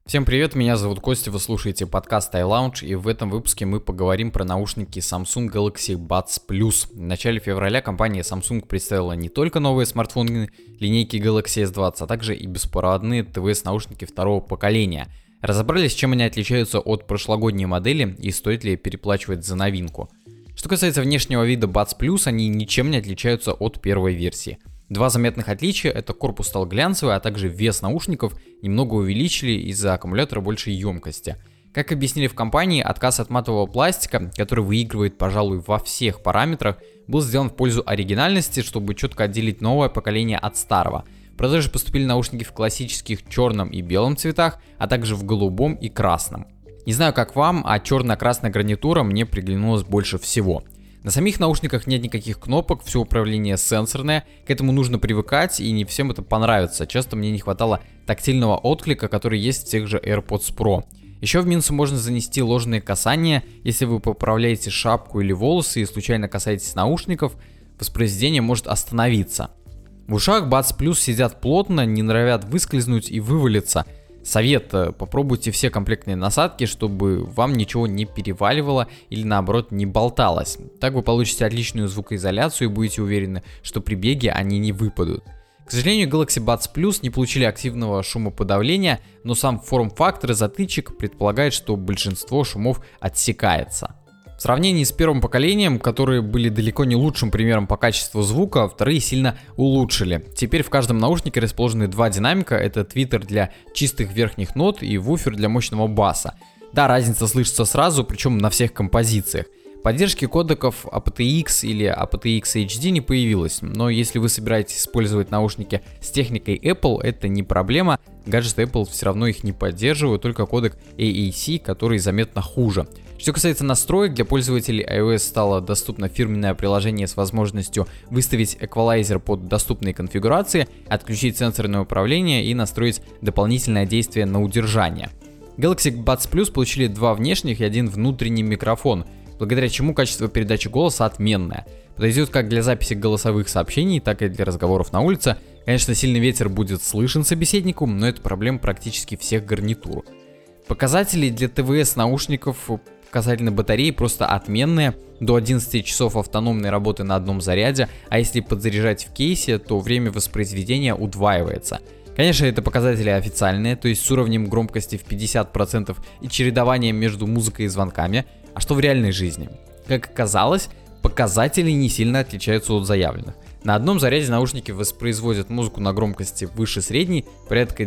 Всем привет, меня зовут Костя, вы слушаете подкаст iLounge, и в этом выпуске мы поговорим про наушники Samsung Galaxy Buds Plus. В начале февраля компания Samsung представила не только новые смартфоны линейки Galaxy S20, а также и беспроводные TVS-наушники второго поколения. Разобрались, чем они отличаются от прошлогодней модели и стоит ли переплачивать за новинку. Что касается внешнего вида Buds Plus, они ничем не отличаются от первой версии. Два заметных отличия — это корпус стал глянцевый, а также вес наушников немного увеличили из-за аккумулятора большей емкости. Как объяснили в компании, отказ от матового пластика, который выигрывает, пожалуй, во всех параметрах, был сделан в пользу оригинальности, чтобы четко отделить новое поколение от старого. В продажу поступили наушники в классических черном и белом цветах, а также в голубом и красном. Не знаю, как вам, а черно-красная гарнитура мне приглянулась больше всего. На самих наушниках нет никаких кнопок, все управление сенсорное, к этому нужно привыкать, и не всем это понравится. Часто мне не хватало тактильного отклика, который есть в тех же AirPods Pro. Еще в минусы можно занести ложные касания. Если вы поправляете шапку или волосы и случайно касаетесь наушников, воспроизведение может остановиться. В ушах Buds Plus сидят плотно, не норовят выскользнуть и вывалиться. Совет: попробуйте все комплектные насадки, чтобы вам ничего не переваливало или наоборот не болталось. Так вы получите отличную звукоизоляцию и будете уверены, что при беге они не выпадут. К сожалению, Galaxy Buds Plus не получили активного шумоподавления, но сам форм-фактор затычек предполагает, что большинство шумов отсекается. В сравнении с первым поколением, которые были далеко не лучшим примером по качеству звука, вторые сильно улучшили. Теперь в каждом наушнике расположены два динамика, это твиттер для чистых верхних нот и вуфер для мощного баса. Да, разница слышится сразу, причем на всех композициях. Поддержки кодеков aptX или aptX HD не появилось, но если вы собираетесь использовать наушники с техникой Apple, это не проблема, гаджеты Apple все равно их не поддерживают, только кодек AAC, который заметно хуже. Что касается настроек, для пользователей iOS стало доступно фирменное приложение с возможностью выставить эквалайзер под доступные конфигурации, отключить сенсорное управление и настроить дополнительное действие на удержание. Galaxy Buds Plus получили два внешних и один внутренний микрофон, благодаря чему качество передачи голоса отменное. Подойдет как для записи голосовых сообщений, так и для разговоров на улице. Конечно, сильный ветер будет слышен собеседнику, но это проблема практически всех гарнитур. Показатели для ТВС наушников касательно батареи просто отменные, до 11 часов автономной работы на одном заряде, а если подзаряжать в кейсе, то время воспроизведения удваивается. Конечно, это показатели официальные, то есть с уровнем громкости в 50% и чередованием между музыкой и звонками. А что в реальной жизни? Как оказалось, показатели не сильно отличаются от заявленных. На одном заряде наушники воспроизводят музыку на громкости выше средней, порядка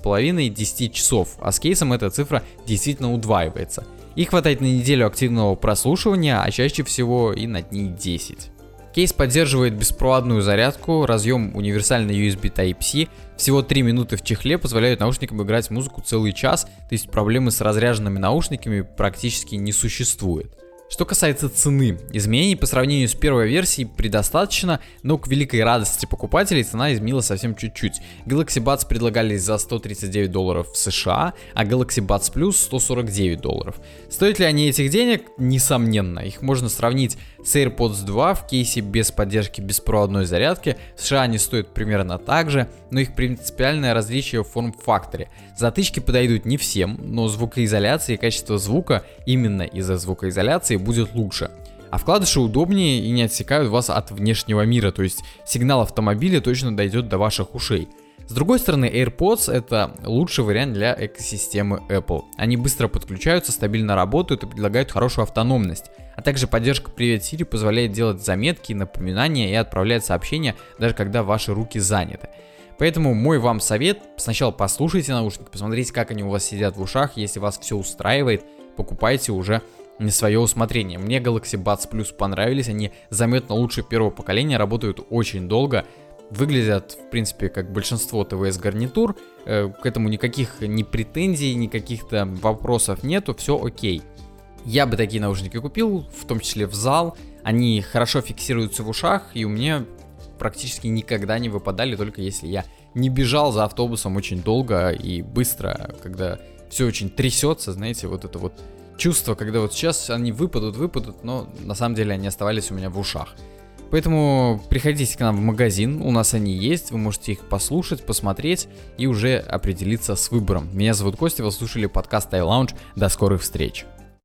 9,5-10 часов, а с кейсом эта цифра действительно удваивается. Их хватает на неделю активного прослушивания, а чаще всего и на дней 10. Кейс поддерживает беспроводную зарядку, разъем универсальный USB Type-C, всего 3 минуты в чехле позволяют наушникам играть музыку целый час, то есть проблемы с разряженными наушниками практически не существует. Что касается цены, изменений по сравнению с первой версией предостаточно, но к великой радости покупателей цена изменилась совсем чуть-чуть. Galaxy Buds предлагались за $139 в США, а Galaxy Buds Plus $149. Стоят ли они этих денег? Несомненно. Их можно сравнить с AirPods 2 в кейсе без поддержки беспроводной зарядки. В США они стоят примерно так же, но их принципиальное различие в форм-факторе. Затычки подойдут не всем, но звукоизоляция и качество звука именно из-за звукоизоляции будет лучше. А вкладыши удобнее и не отсекают вас от внешнего мира, то есть сигнал автомобиля точно дойдет до ваших ушей. С другой стороны, AirPods — это лучший вариант для экосистемы Apple. Они быстро подключаются, стабильно работают и предлагают хорошую автономность. А также поддержка Привет Siri позволяет делать заметки, напоминания и отправлять сообщения, даже когда ваши руки заняты. Поэтому мой вам совет: сначала послушайте наушники, посмотрите, как они у вас сидят в ушах. Если вас все устраивает, покупайте уже на свое усмотрение. Мне Galaxy Buds Plus понравились, они заметно лучше первого поколения, работают очень долго, выглядят в принципе как большинство ТВС гарнитур, к этому никаких ни претензий, ни каких-то вопросов нету, все окей. Я бы такие наушники купил, в том числе в зал, они хорошо фиксируются в ушах и у меня практически никогда не выпадали, только если я не бежал за автобусом очень долго и быстро, когда все очень трясется, знаете, вот это вот чувство, когда вот сейчас они выпадут, но на самом деле они оставались у меня в ушах. Поэтому приходите к нам в магазин, у нас они есть, вы можете их послушать, посмотреть и уже определиться с выбором. Меня зовут Костя, вы слушали подкаст iLounge. До скорых встреч!